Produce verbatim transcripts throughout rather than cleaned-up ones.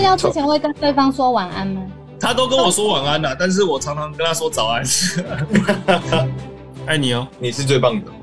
睡觉之前会跟对方说晚安吗？ 他都跟我说晚安啦，但是我常常跟他说早安。爱你哦， 你是最棒的。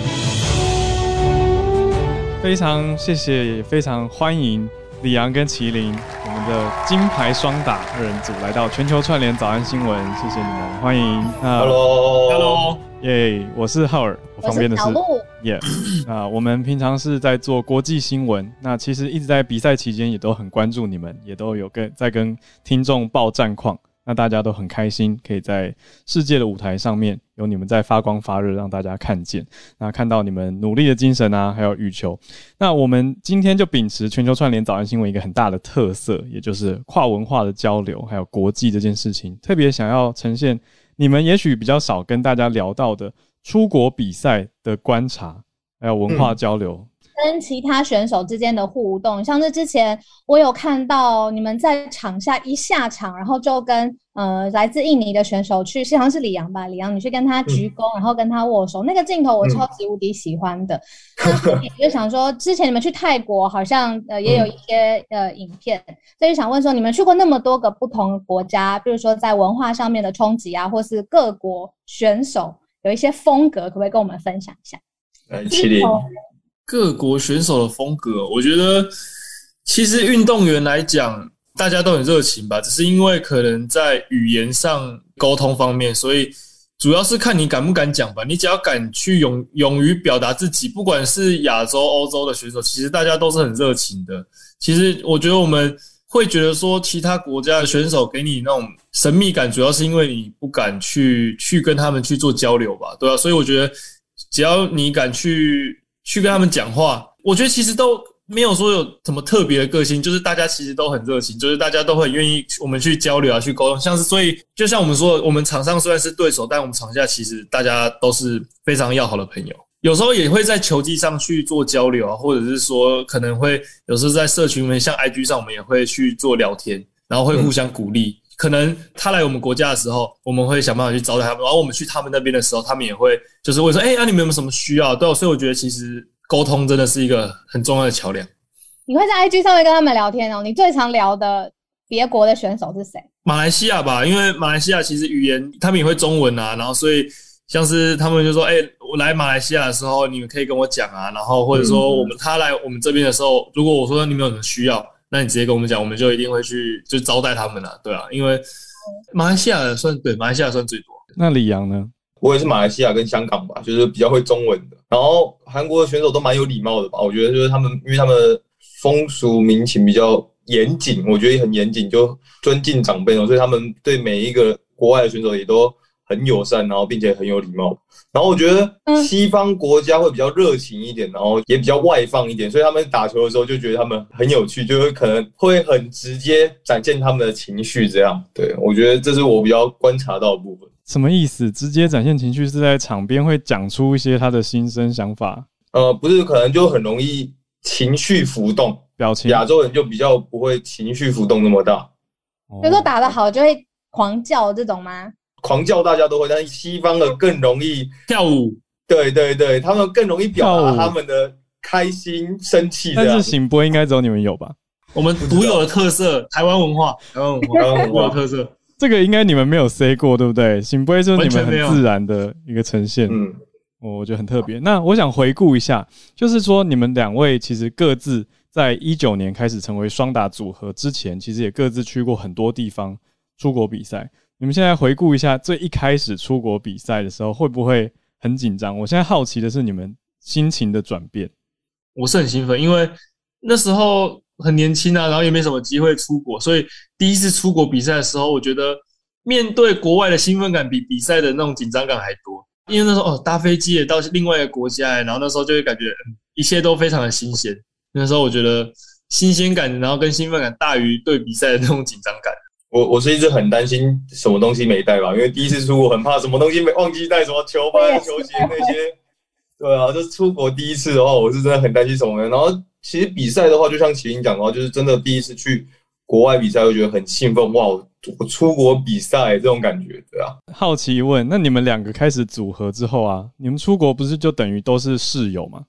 非常谢谢，也非常欢迎李阳跟麒麟，我们的金牌双打二人组来到全球串联早安新闻，谢谢你们，欢迎。 Hello，Hello， Hello 耶，我是浩尔，我旁边的是小鹿。 耶，那我们平常是在做国际新闻，那其实一直在比赛期间也都很关注你们，也都有跟在跟听众报战况。那大家都很开心，可以在世界的舞台上面有你们在发光发热，让大家看见。那看到你们努力的精神啊，还有羽球。那我们今天就秉持全球串联早安新闻一个很大的特色，也就是跨文化的交流，还有国际这件事情，特别想要呈现你们也许比较少跟大家聊到的出国比赛的观察，还有文化交流。嗯跟其他选手之间的互动，像是之前我有看到你们在场下一下场，然后就跟呃来自印尼的选手去，好像是李阳吧，李阳你去跟他鞠躬，嗯、然后跟他握手，那个镜头我超级无敌喜欢的。嗯、那所以就想说，之前你们去泰国好像呃也有一些、嗯、呃影片，所以想问说，你们去过那么多个不同的国家，比如说在文化上面的冲击啊，或是各国选手有一些风格，可不可以跟我们分享一下？ 来，麒麟。 各国选手的风格，我觉得其实运动员来讲，大家都很热情吧，只是因为可能在语言上沟通方面，所以主要是看你敢不敢讲吧。你只要敢去勇勇于表达自己，不管是亚洲、欧洲的选手，其实大家都是很热情的。其实我觉得我们会觉得说，其他国家的选手给你那种神秘感，主要是因为你不敢去去跟他们去做交流吧，对吧、啊？所以我觉得只要你敢去。去跟他们讲话，我觉得其实都没有说有什么特别的个性，就是大家其实都很热情，就是大家都很愿意我们去交流啊，去沟通。像是所以，就像我们说的，我们场上虽然是对手，但我们场下其实大家都是非常要好的朋友。有时候也会在球技上去做交流啊，或者是说可能会有时候在社群里面，像 I G 上我们也会去做聊天，然后会互相鼓励。嗯可能他来我们国家的时候，我们会想办法去招待他们，然后我们去他们那边的时候，他们也会就是问说，哎、欸，啊你们有没有什么需要？对、哦，所以我觉得其实沟通真的是一个很重要的桥梁。 你会在 I G 上面跟他们聊天哦？你最常聊的别国的选手是谁？ 马来西亚吧，因为马来西亚其实语言他们也会中文啊，然后所以像是他们就说，哎、欸，我来马来西亚的时候，你们可以跟我讲啊，然后或者说我们他来我们这边的时候，如果我说你们有什么需要。那你直接跟我们讲，我们就一定会去就招待他们啦，对啊，因为马来西亚的算对，马来西亚算最多。 那李阳呢？ 我也是马来西亚跟香港吧，就是比较会中文的。然后韩国的选手都蛮有礼貌的吧，我觉得就是他们，因为他们风俗民情比较严谨，我觉得也很严谨，就尊敬长辈哦，所以他们对每一个国外的选手也都很友善，然后并且很有礼貌。然后我觉得西方国家会比较热情一点，然后也比较外放一点，所以他们打球的时候就觉得他们很有趣，就会可能会很直接展现他们的情绪这样。对，我觉得这是我比较观察到的部分。 什么意思？直接展现情绪是在场边会讲出一些他的心声想法？ 呃，不是，可能就很容易情绪浮动， 表情。 亚洲人就比较不会情绪浮动那么大。 比如说打得好就会狂叫这种吗？ 狂叫大家都会，但是西方的更容易跳舞。 对对对，他们更容易表达他们的开心、生气。 但是醒波应该只有你们有吧？ 我们独有的特色，台湾文化，台湾文化，台湾文化特色。 这个应该你们没有 say 过，对不对？醒波就是你们很自然的一个呈现。嗯，我觉得很特别。那我想回顾一下，就是说你们两位其实各自在一九年开始成为双打组合之前，其实也各自去过很多地方出国比赛。你们现在回顾一下，最一开始出国比赛的时候，会不会很紧张？我现在好奇的是你们心情的转变。 我是很兴奋，因为那时候很年轻啊，然后也没什么机会出国，所以第一次出国比赛的时候，我觉得面对国外的兴奋感比比赛的那种紧张感还多。因为那时候哦，搭飞机也到另外一个国家，然后那时候就会感觉、嗯、一切都非常的新鲜。那时候我觉得新鲜感，然后跟兴奋感大于对比赛的那种紧张感。 我我是一直很担心什么东西没带吧，因为第一次出国很怕什么东西没忘记带，什么球拍、球鞋那些。对啊，就是出国第一次的话，我是真的很担心什么。然后其实比赛的话，就像麒麟讲的话，就是真的第一次去国外比赛，会觉得很兴奋，哇！我出国比赛这种感觉，对啊。 好奇问，那你们两个开始组合之后啊，你们出国不是就等于都是室友吗？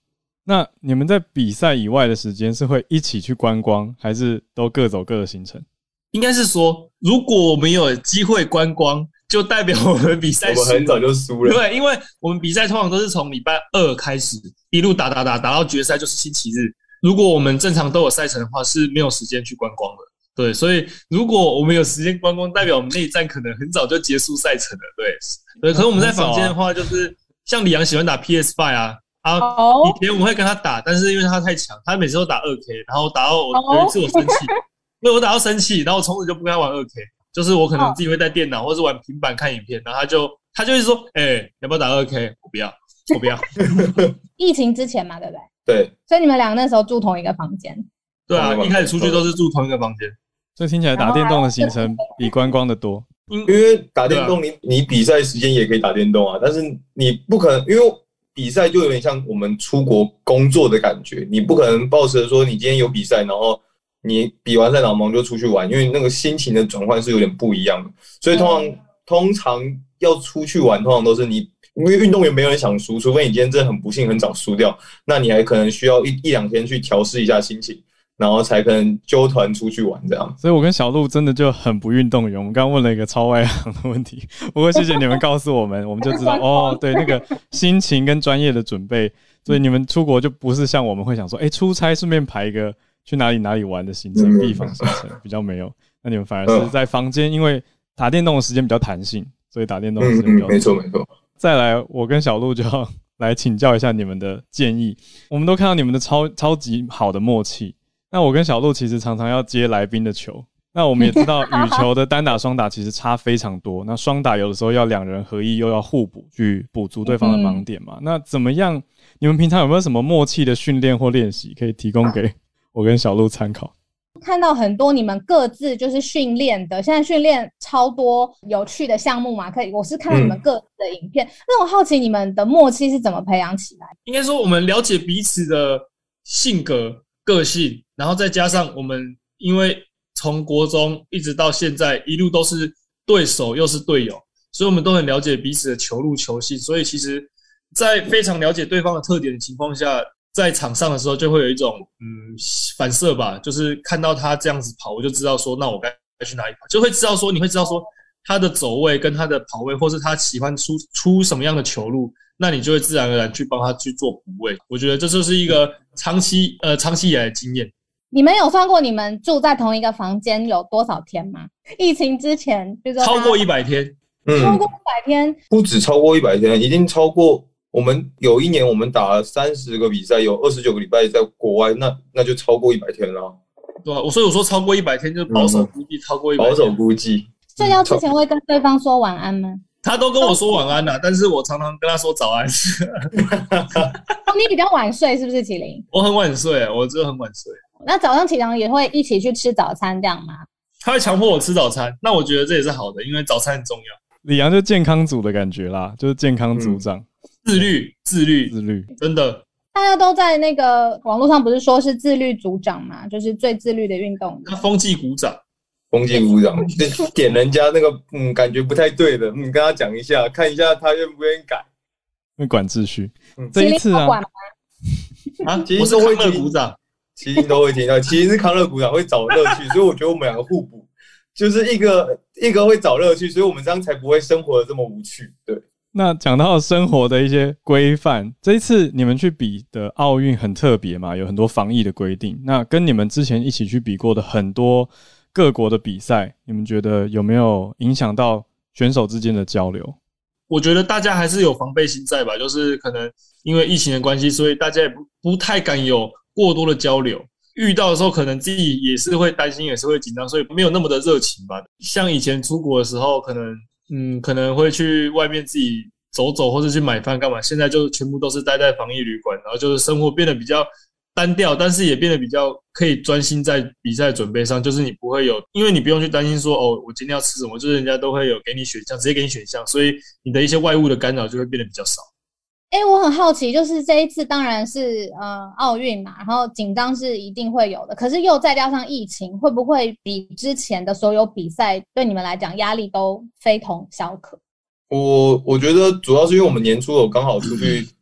那你们在比赛以外的时间是会一起去观光，还是都各走各的行程？ 应该是说，如果我们有机会观光，就代表我们比赛输了， 我们很早就输了。 对，因为我们比赛通常都是从礼拜二开始，一路打打打打到决赛，就是星期日。如果我们正常都有赛程的话，是没有时间去观光的。对，所以如果我们有时间观光，代表我们那一站可能很早就结束赛程了。对，对。可是我们在房间的话，就是像李阳喜欢打 P S 五 啊，啊，以前我们会跟他打，但是因为他太强，他每次都打 二 K， 然后打到我有一次我生气，因为我打到生气，然后我从此就不跟他玩 二 K， 就是我可能自己会带电脑或是玩平板看影片，然后他就他就会说，哎、欸，要不要打 二 K？ 我不要，我不要。 疫情之前嘛，对不对？ 对。 所以你们两个那时候住同一个房间。 对啊，一开始出去都是住同一个房间。 所以听起来打电动的行程比观光的多。 因为打电动你，你你比赛时间也可以打电动啊，但是你不可能，因为比赛就有点像我们出国工作的感觉，你不可能抱持说你今天有比赛，然后你比完赛然后忙就出去玩，因为那个心情的转换是有点不一样的。所以通常、嗯、通常要出去玩，通常都是你，因为运动员没有人想输，除非你今天真的很不幸很早输掉，那你还可能需要一一两天去调试一下心情。然后才可能揪团出去玩这样， 所以我跟小鹿真的就很不运动员。我们刚刚问了一个超外行的问题，不过谢谢你们告诉我们，我们就知道哦，对，那个心情跟专业的准备，所以你们出国就不是像我们会想说，哎，出差顺便排一个去哪里哪里玩的行程，必访行程比较没有。那你们反而是在房间，因为打电动的时间比较弹性，所以打电动的时间比较多。 没错没错。 再来，我跟小鹿就要来请教一下你们的建议。我们都看到你们的超超级好的默契。那我跟小鹿其实常常要接来宾的球，那我们也知道羽球的单打双打其实差非常多，那双打有的时候要两人合一又要互补去补足对方的盲点嘛、嗯、那怎么样，你们平常有没有什么默契的训练或练习可以提供给我跟小鹿参考？ 看到很多你们各自就是训练的，现在训练超多有趣的项目嘛，可以，我是看到你们各自的影片、嗯、那我好奇你们的默契是怎么培养起来？ 应该说我们了解彼此的性格个性，然后再加上我们因为从国中一直到现在一路都是对手又是队友，所以我们都很了解彼此的球路球性，所以其实在非常了解对方的特点的情况下，在场上的时候就会有一种嗯反射吧，就是看到他这样子跑，我就知道说那我该去哪里跑，就会知道说你会知道说他的走位跟他的跑位，或是他喜欢出出什么样的球路，那你就会自然而然去帮他去做补位。我觉得这就是一个长期呃长期以来的经验。 你们有算过你们住在同一个房间有多少天吗？疫情之前就是超过一百天， 嗯， 超过一百天， 不止超过一百天，已经超过。我们有一年我们打了三十个比赛，有二十九个礼拜在国外，那那就超过一百天了。 对啊，所以我说超过一百天就是保守估计超过一百天、 嗯，保守估计。 睡觉之前会跟对方说晚安吗？ 他都跟我说晚安啦、啊，但是我常常跟他说早安。 你比较晚睡是不是麒麟？ 我很晚睡，我真的很晚睡。 那早上起床也会一起去吃早餐这样吗？ 他会强迫我吃早餐，那我觉得这也是好的，因为早餐很重要。 李阳就健康组的感觉啦，就是健康组长，嗯、 自律、自律、 自律， 真的。 大家都在那个网络上不是说是自律组长嘛，就是最自律的运动员。 他风纪股长。 风纪股长点人家那个嗯感觉不太对的，嗯跟他讲一下，看一下他愿不愿意改。 会管秩序。嗯、这一次啊， 啊，我是康乐股长， 麒麟都会听到，麒麟是康乐股长会找乐趣，所以我觉得我们两个互补，就是一个一个会找乐趣，所以我们这样才不会生活的这么无趣。对。 那讲到生活的一些规范，这一次你们去比的奥运很特别嘛，有很多防疫的规定。那跟你们之前一起去比过的很多各国的比赛，你们觉得有没有影响到选手之间的交流？ 我觉得大家还是有防备心在吧，就是可能因为疫情的关系，所以大家也 不, 不太敢有过多的交流。遇到的时候，可能自己也是会担心，也是会紧张，所以没有那么的热情吧。像以前出国的时候，可能嗯可能会去外面自己走走，或者去买饭干嘛。现在就全部都是待在防疫旅馆，然后就是生活变得比较单调，但是也变得比较可以专心在比赛准备上，就是你不会有，因为你不用去担心说哦，我今天要吃什么，就是人家都会有给你选项，直接给你选项，所以你的一些外物的干扰就会变得比较少。 哎、欸，我很好奇，就是这一次当然是呃奥运嘛，然后紧张是一定会有的，可是又再加上疫情，会不会比之前的所有比赛对你们来讲压力都非同小可？ 我我觉得主要是因为我们年初有刚好出去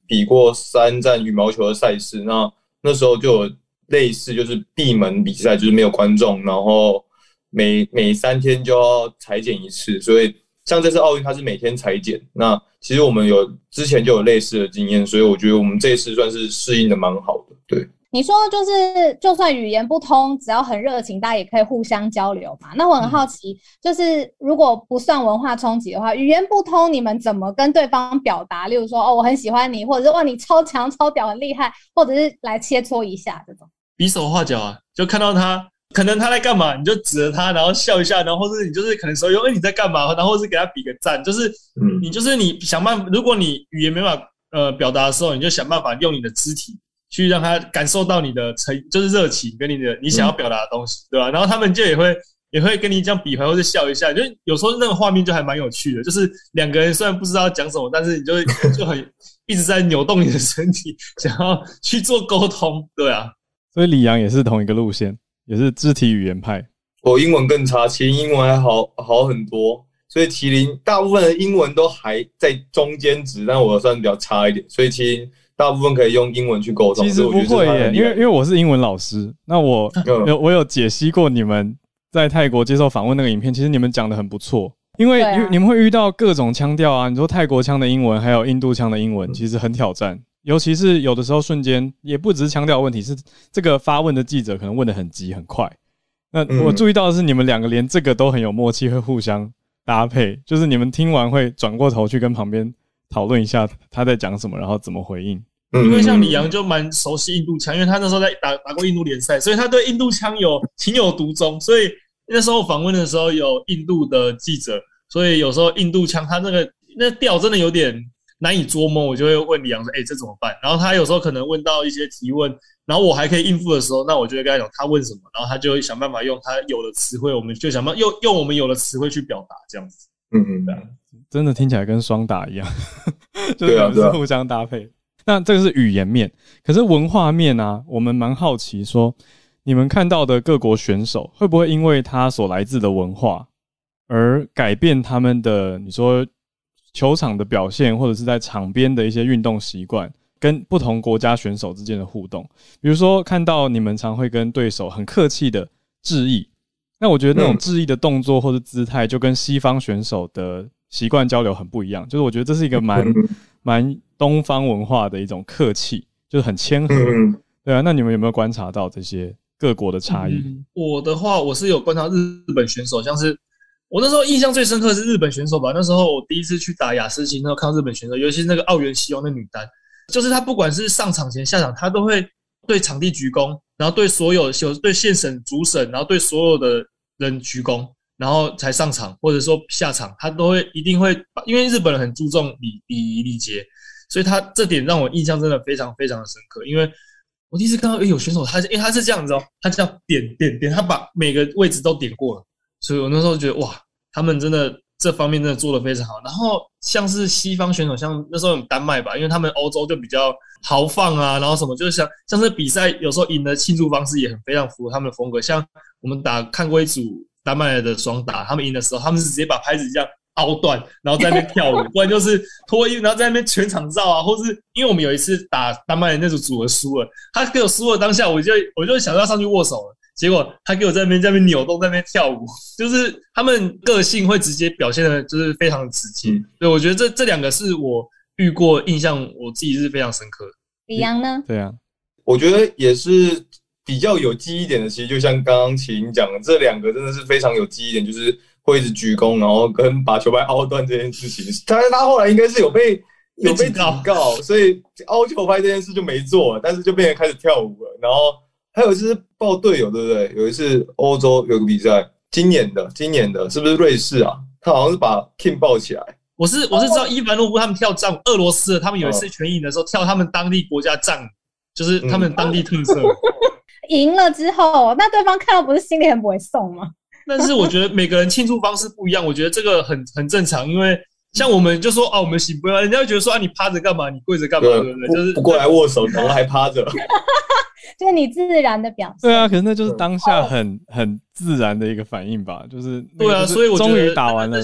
比过三站羽毛球的赛事，那那时候就有类似就是闭门比赛，就是没有观众，然后每每三天就要裁剪一次，所以像这次奥运它是每天裁剪，那其实我们有之前就有类似的经验，所以我觉得我们这一次算是适应的蛮好的。对， 你说就是就算语言不通，只要很热情，大家也可以互相交流嘛。那我很好奇，就是如果不算文化冲击的话，语言不通，你们怎么跟对方表达？例如说，哦，我很喜欢你，或者是哇，你超强、超屌、很厉害，或者是来切磋一下这种。 比手画脚啊，就看到他，可能他在干嘛，你就指着他，然后笑一下，然后或是你就是可能说，哎，你在干嘛？然后是给他比个赞，就是你就是你想办法，如果你语言没办法呃表达的时候，你就想办法用你的肢体去让他感受到你的诚，就是热情跟你的你想要表达的东西，对吧？然后他们就也会也会跟你这样比划或者笑一下，就有时候那个画面就还蛮有趣的，就是两个人虽然不知道讲什么，但是你就就很一直在扭动你的身体，想要去做沟通，对啊。 所以李洋也是同一个路线，也是肢体语言派。 我英文更差，麒麟英文还好好很多，所以麒麟大部分的英文都还在中间值，但我算比较差一点，所以麒麟大部分可以用英文去沟通。 其实不会耶，因为因为我是英文老师，那我有我有解析过你们在泰国接受访问那个影片，其实你们讲得很不错，因为你们会遇到各种腔调啊，你说泰国腔的英文，还有印度腔的英文，其实很挑战。尤其是有的时候瞬间也不只是腔调问题，是这个发问的记者可能问得很急很快。那我注意到的是你们两个连这个都很有默契，会互相搭配，就是你们听完会转过头去跟旁边讨论一下他在讲什么，然后怎么回应。 因为像李洋就蛮熟悉印度腔，因为他那时候在打打过印度联赛，所以他对印度腔有情有独钟，所以那时候访问的时候有印度的记者，所以有时候印度腔他那个那调真的有点难以捉摸，我就会问李洋说：“哎、欸，这怎么办？”然后他有时候可能问到一些提问，然后我还可以应付的时候，那我就会跟他讲他问什么，然后他就会想办法用他有的词汇，我们就想办法用用我们有的词汇去表达，这样子。 嗯嗯，对， 真的听起来跟双打一样，就是你们是互相搭配。那这个是语言面，可是文化面啊，我们蛮好奇说，你们看到的各国选手会不会因为他所来自的文化而改变他们的，你说球场的表现，或者是在场边的一些运动习惯，跟不同国家选手之间的互动。比如说看到你们常会跟对手很客气的致意，那我觉得那种致意的动作或者姿态就跟西方选手的习惯交流很不一样，就是我觉得这是一个蛮蛮东方文化的一种客气，就是很谦和。对啊，那你们有没有观察到这些各国的差异？ 嗯、我的话，我是有观察日本选手，像是我那时候印象最深刻的是日本选手吧。那时候我第一次去打雅思琴，那时候看到日本选手，尤其是那个奥原希望的女单，就是她不管是上场前下场，她都会对场地鞠躬，然后对所有对县审、主审，然后对所有的人鞠躬，然后才上场或者说下场，她都会一定会，因为日本人很注重礼礼仪礼节，所以她这点让我印象真的非常非常的深刻。因为我第一次看到，诶，有选手他是，诶，他是这样子哦，他这样点点点，他把每个位置都点过了。所以我那时候觉得哇，他们真的这方面真的做得非常好。然后像是西方选手，像那时候有丹麦吧，因为他们欧洲就比较豪放啊，然后什么就是像像是比赛有时候赢的庆祝方式也很非常符合他们的风格。像我们打看过一组丹麦的双打，他们赢的时候，他们是直接把拍子这样凹断，然后在那边跳舞，不然就是脱衣服，然后在那边全场照啊，或是因为我们有一次打丹麦的那组组合输了，他给我输了当下，我就我就想要上去握手了。结果他给我在那边在那边扭动，在那边跳舞，就是他们个性会直接表现的，就是非常的直接。所以我觉得这这两个是我遇过印象，我自己是非常深刻的。 李洋呢？ 对啊， 我觉得也是比较有记忆点的。其实就像刚刚麒麟讲的，这两个真的是非常有记忆点，就是会一直鞠躬，然后跟把球拍凹断这件事情。但是他后来应该是有被有被警告，所以凹球拍这件事就没做了，但是就变成开始跳舞了，然后。还有一次是抱队友，对不对？有一次欧洲有个比赛，今年的，今年的是不是瑞士啊？他好像是把 Kim 抱起来。 我是我是知道伊凡诺夫他们跳战舞，俄罗斯的他们有一次全赢的时候、哦、跳他们当地国家战舞，就是他们当地特色。 赢、嗯、了之后，那对方看到不是心里很不会送吗？ 但是我觉得每个人庆祝方式不一样，我觉得这个很很正常，因为。像我们就说啊，我们醒不来，人家会觉得说啊，你趴着干嘛？你跪着干嘛？对不对？就是不过来握手，然后还趴着， 就是你自然的表现。 对啊，可是那就是当下很很自然的一个反应吧，就是、那個、 对啊，所以我觉得终于打完了这样。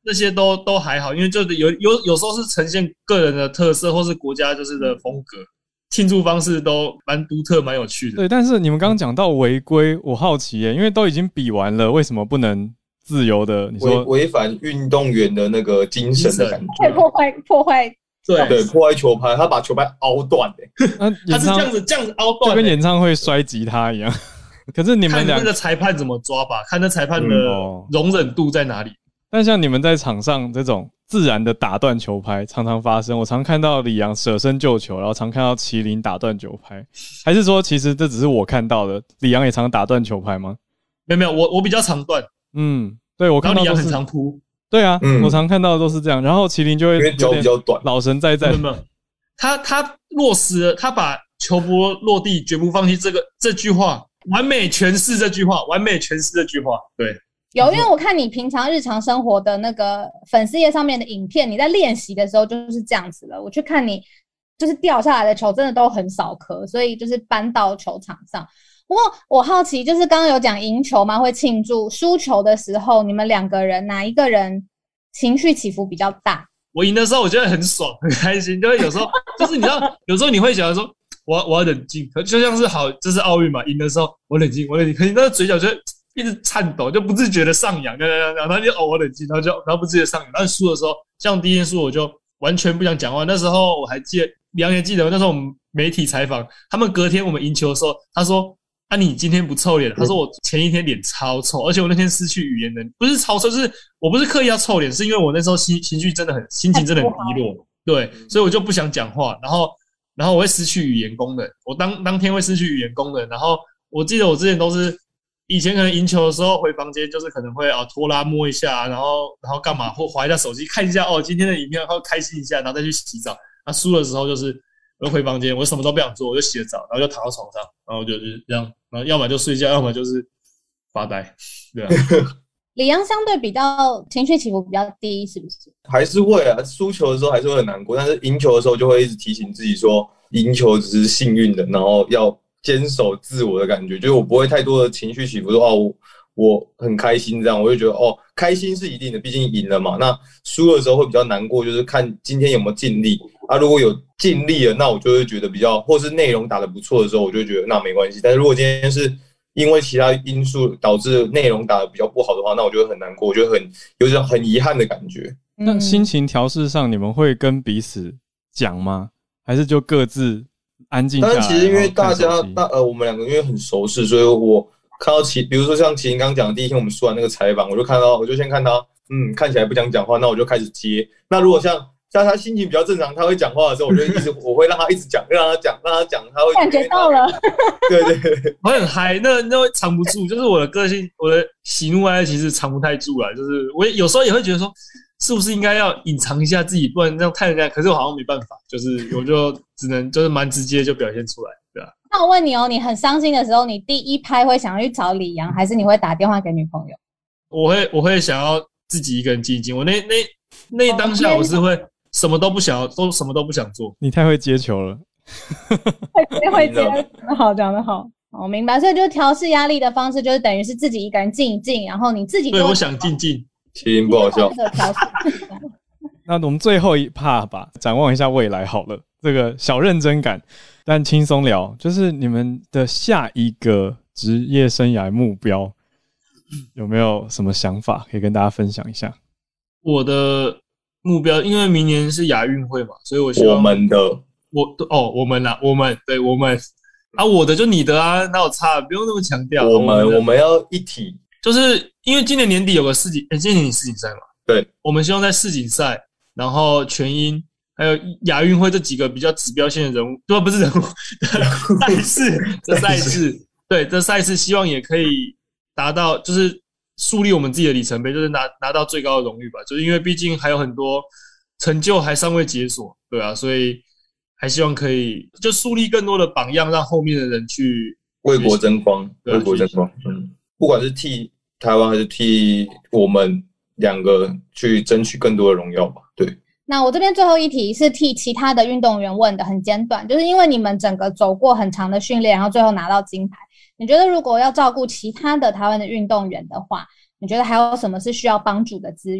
那些都都还好，因为就有有有时候是呈现个人的特色，或是国家就是的风格，庆祝方式都蛮独特、蛮有趣的。 对，但是你们刚刚讲到违规，我好奇耶，因为都已经比完了，为什么不能自由的？你说违反运动员的那个精神的感觉， 会破坏破坏。 对对，破坏球拍，他把球拍凹断的、欸， 他是这样子这样子凹断、欸， 就跟演唱会摔吉他一样。可是你们两看那个裁判怎么抓吧，看那裁判的容忍度在哪里。嗯哦、 但像你们在场上这种自然的打断球拍常常发生，我常看到李洋舍身救球，然后常看到麒麟打断球拍，还是说其实这只是我看到的？李洋也常打断球拍吗？ 没有没有，我我比较常断。 嗯，对，我看到都是李洋很常扑。 对啊、嗯，我常看到的都是这样，然后麒麟就会因为脚比较短， 老神在在。 没有，他他落实了，他把球不落地绝不放弃这个这句话，完美诠释这句话，完美诠释这句话。对， 有，因为我看你平常日常生活的那个粉丝页上面的影片，你在练习的时候就是这样子了。我去看你，就是掉下来的球真的都很少颗，所以就是搬到球场上。不过我好奇，就是刚刚有讲赢球嘛，会庆祝；输球的时候，你们两个人哪一个人情绪起伏比较大？ 我赢的时候，我觉得很爽，很开心。就是有时候，就是你知道，有时候你会想说，我要我要冷静，可就像是好，这是奥运嘛，赢的时候我冷静，我冷静，可是你那个嘴角就一直颤抖，就不自觉的上扬，然后就哦我冷静，然后就然后不自觉的上扬。但是输的时候，像第一天输，我就完全不想讲话。那时候我还记得，李洋也记得，那时候我们媒体采访，他们隔天我们赢球的时候，他说。啊，你今天不臭脸？他说我前一天脸超臭，而且我那天失去语言能力，不是超臭，就是我不是刻意要臭脸，是因为我那时候心情绪真的很心情真的很低落，对，所以我就不想讲话，然后然后我会失去语言功能，我当当天会失去语言功能，然后我记得我之前都是以前可能赢球的时候回房间就是可能会啊拖拉摸一下，然后然后干嘛或滑一下手机看一下哦今天的影片，然后开心一下，然后再去洗澡。那输的时候就是我就回房间，我什么都不想做，我就洗了澡，然后就躺到床上，然后就是这样。然后要么就睡觉，要么就是发呆，对啊。 李洋相对比较情绪起伏比较低，是不是？ 还是会啊，输球的时候还是会很难过，但是赢球的时候就会一直提醒自己说，赢球只是幸运的，然后要坚守自我的感觉，就是我不会太多的情绪起伏，说哦我我很开心这样，我就觉得哦开心是一定的，毕竟赢了嘛。那输的时候会比较难过，就是看今天有没有尽力啊，如果有尽力了，那我就会觉得比较，或是内容打得不错的时候，我就会觉得那没关系。但是如果今天是因为其他因素导致内容打得比较不好的话，那我就会很难过，我就会很有一种很遗憾的感觉。 那心情调试上，你们会跟彼此讲吗？还是就各自安静下来？ 但是其实因为大家大呃，我们两个因为很熟识，所以我看到其比如说像麒麟刚讲的第一天我们输完那个采访，我就看到我就先看他，嗯，看起来不想讲话，那我就开始接。那如果像像他心情比较正常，他会讲话的时候，我就一直我会让他一直讲，让他讲，让他讲，他会感觉到了。 对对对， 我很嗨，那那会藏不住，就是我的个性，我的喜怒哀其实藏不太住啦。就是我有时候也会觉得说，是不是应该要隐藏一下自己，不然这样太人家。可是我好像没办法，就是我就只能就是蛮直接就表现出来，对吧、啊？ 那我问你哦，你很伤心的时候，你第一拍会想要去找李洋，还是你会打电话给女朋友？ 我会我会想要自己一个人静一静。我那那那一当下我是会。什么都不想要，都什么都不想做。 你太会接球了， 会接会接，讲得好，讲得好，我明白。所以就是调适压力的方式，就是等于是自己一个人静一静，然后你自己对我想静静， 麒麟不好笑。 那我们最后一 part 吧，展望一下未来好了。这个小认真感，但轻松聊，就是你们的下一个职业生涯目标有没有什么想法可以跟大家分享一下？ 我的。目标，因为明年是亚运会嘛，所以我希望我们的我哦，我们啦，我们对我们啊，我的就你的啊，哪有差？不用那么强调。 我们我们要一体， 就是因为今年年底有个世锦，哎、欸，今年年底世锦赛嘛， 对， 我们希望在世锦赛，然后全英还有亚运会这几个比较指标性的人物，对，不是人物，赛事这赛事，对，这赛事希望也可以达到，就是。树立我们自己的里程碑，就是拿拿到最高的荣誉吧。就是因为毕竟还有很多成就还尚未解锁，对啊，所以还希望可以就树立更多的榜样，让后面的人去为国争光，为国争光。嗯，不管是替台湾还是替我们两个去争取更多的荣耀吧。对。 那我这边最后一题是替其他的运动员问的，很简短，就是因为你们整个走过很长的训练，然后最后拿到金牌。你觉得如果要照顾其他的台湾的运动员的话，你觉得还有什么是需要帮助的资源？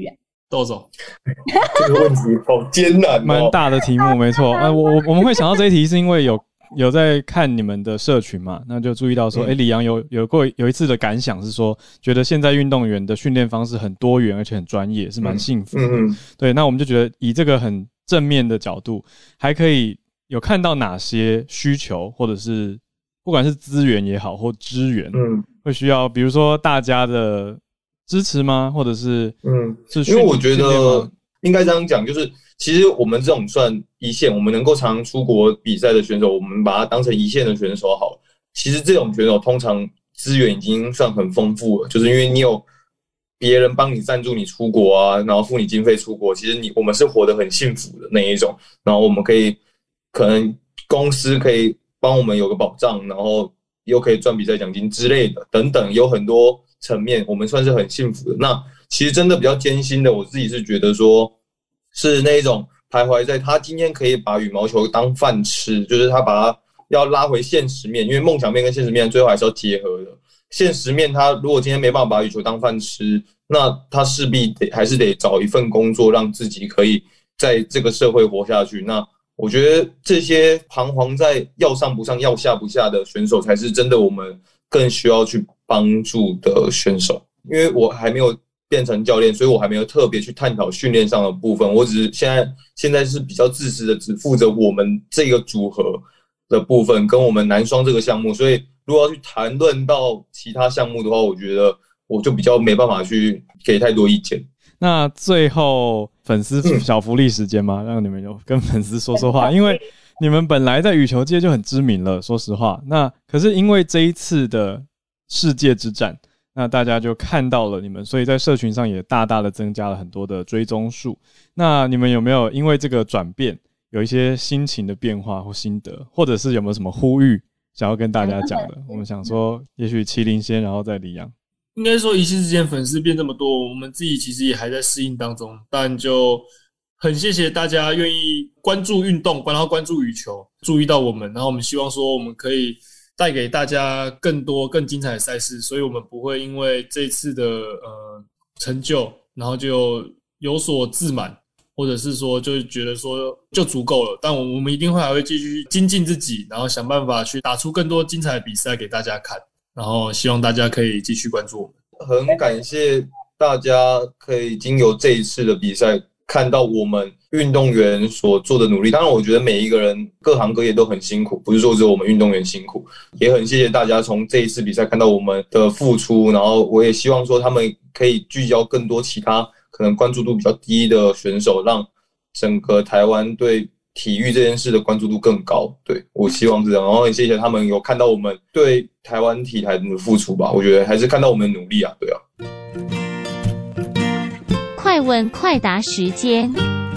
豆总， 这个问题好艰难哦， 蛮大的题目，没错。呃，我我我们会想到这一题，是因为有有在看你们的社群嘛，那就注意到说，哎、嗯，李洋有有过有一次的感想是说，觉得现在运动员的训练方式很多元，而且很专业，是蛮幸福的。嗯嗯，对，那我们就觉得以这个很正面的角度，还可以有看到哪些需求，或者是不管是资源也好，或支援，嗯，会需要，比如说大家的支持吗？或者是嗯， 是因为我觉得应该这样讲，就是其实我们这种算一线，我们能够常常出国比赛的选手，我们把它当成一线的选手好了。其实这种选手通常资源已经算很丰富了，就是因为你有别人帮你赞助你出国啊，然后付你经费出国，其实你我们是活得很幸福的那一种。然后我们可以可能公司可以帮我们有个保障，然后又可以赚比赛奖金之类的，等等，有很多层面，我们算是很幸福的。那其实真的比较艰辛的，我自己是觉得说，是那一种徘徊在他今天可以把羽毛球当饭吃，就是他把它要拉回现实面，因为梦想面跟现实面最后还是要结合的。现实面他如果今天没办法把羽球当饭吃，那他势必得还是得找一份工作，让自己可以在这个社会活下去。那我觉得这些彷徨在要上不上要下不下的选手，才是真的我们更需要去帮助的选手。因为我还没有变成教练，所以我还没有特别去探讨训练上的部分，我只是现在现在是比较自私的，只负责我们这个组合的部分跟我们男双这个项目，所以如果要去谈论到其他项目的话，我觉得我就比较没办法去给太多意见。 那最后粉丝小福利时间吗？嗯、让你们有跟粉丝说说话，因为你们本来在羽球界就很知名了，说实话。那可是因为这一次的世界之战，那大家就看到了你们，所以在社群上也大大的增加了很多的追踪数。那你们有没有因为这个转变有一些心情的变化或心得，或者是有没有什么呼吁想要跟大家讲的？我们想说也许麒麟先，然后再李洋。 应该说一夕之间粉丝变这么多，我们自己其实也还在适应当中，但就很谢谢大家愿意关注运动，然后关注羽球，注意到我们，然后我们希望说我们可以带给大家更多更精彩的赛事，所以我们不会因为这次的呃成就，然后就有所自满，或者是说就觉得说就足够了，但我们一定会还会继续精进自己，然后想办法去打出更多精彩的比赛给大家看，然后希望大家可以继续关注我们。 很感谢大家可以经由这一次的比赛看到我们运动员所做的努力，当然我觉得每一个人各行各业都很辛苦，不是说只有我们运动员辛苦，也很谢谢大家从这一次比赛看到我们的付出，然后我也希望说他们可以聚焦更多其他可能关注度比较低的选手，让整个台湾对体育这件事的关注度更高。对，我希望是这样，然后也谢谢他们有看到我们对台湾体坛的付出吧，我觉得还是看到我们的努力啊，对啊。 快问快答时间，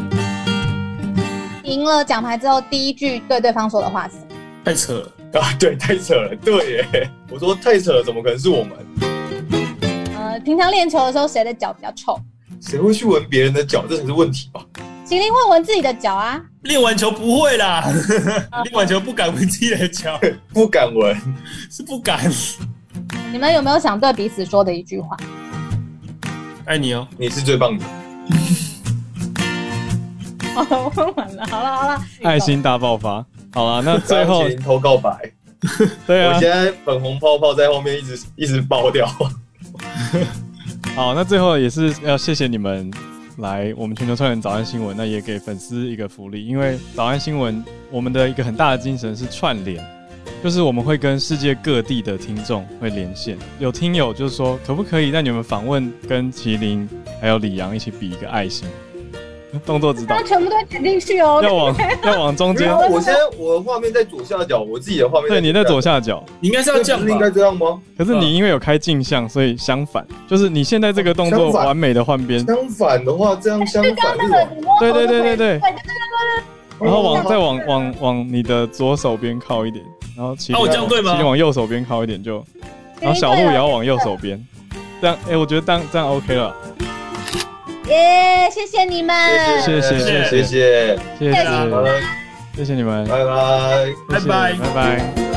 赢了奖牌之后第一句对对方说的话是什么？ 太扯了啊！对，太扯了，对耶，我说太扯了，怎么可能是我们？ 呃，平常练球的时候谁的脚比较臭？ 谁会去闻别人的脚？这才是问题吧？ 麒麟会闻自己的脚啊？ 练完球不会啦，练完球不敢闻自己的脚， 不敢闻， 是不敢。 你们有没有想对彼此说的一句话？ 爱你哦， 你是最棒的。 好了，问完了，好了好了， 爱心大爆发。好了，那最后麒麟偷告白， 对啊， 我现在粉红泡泡在后面一直一直爆掉。 好，那最后也是要谢谢你们来我们全球串联早安新闻，那也给粉丝一个福利，因为早安新闻我们的一个很大的精神是串联。就是我们会跟世界各地的听众会连线，有听友就是说可不可以在你们访问跟麒麟还有李洋一起比一个爱心动作指导， 他全部都点进去哦， 要往要往中间。 我现在我的画面在左下角，我自己的画面对，你在左下角， 你应该是要这样吧？ 应该这样吗？ 可是你因为有开镜像，所以相反，就是你现在这个动作完美的换边。 相反的话，这样相反是吧？ 对对对对对。然后往再往往往你的左手边靠一点，然后麒麟、啊、 我这样对吗？ 麒麟往右手边靠一点就，然后小鹿也要往右手边，这样哎、欸，我觉得当这样 OK 了。 耶，谢谢你们， 谢谢谢谢谢谢谢谢谢谢谢谢你们， 拜拜拜拜拜拜。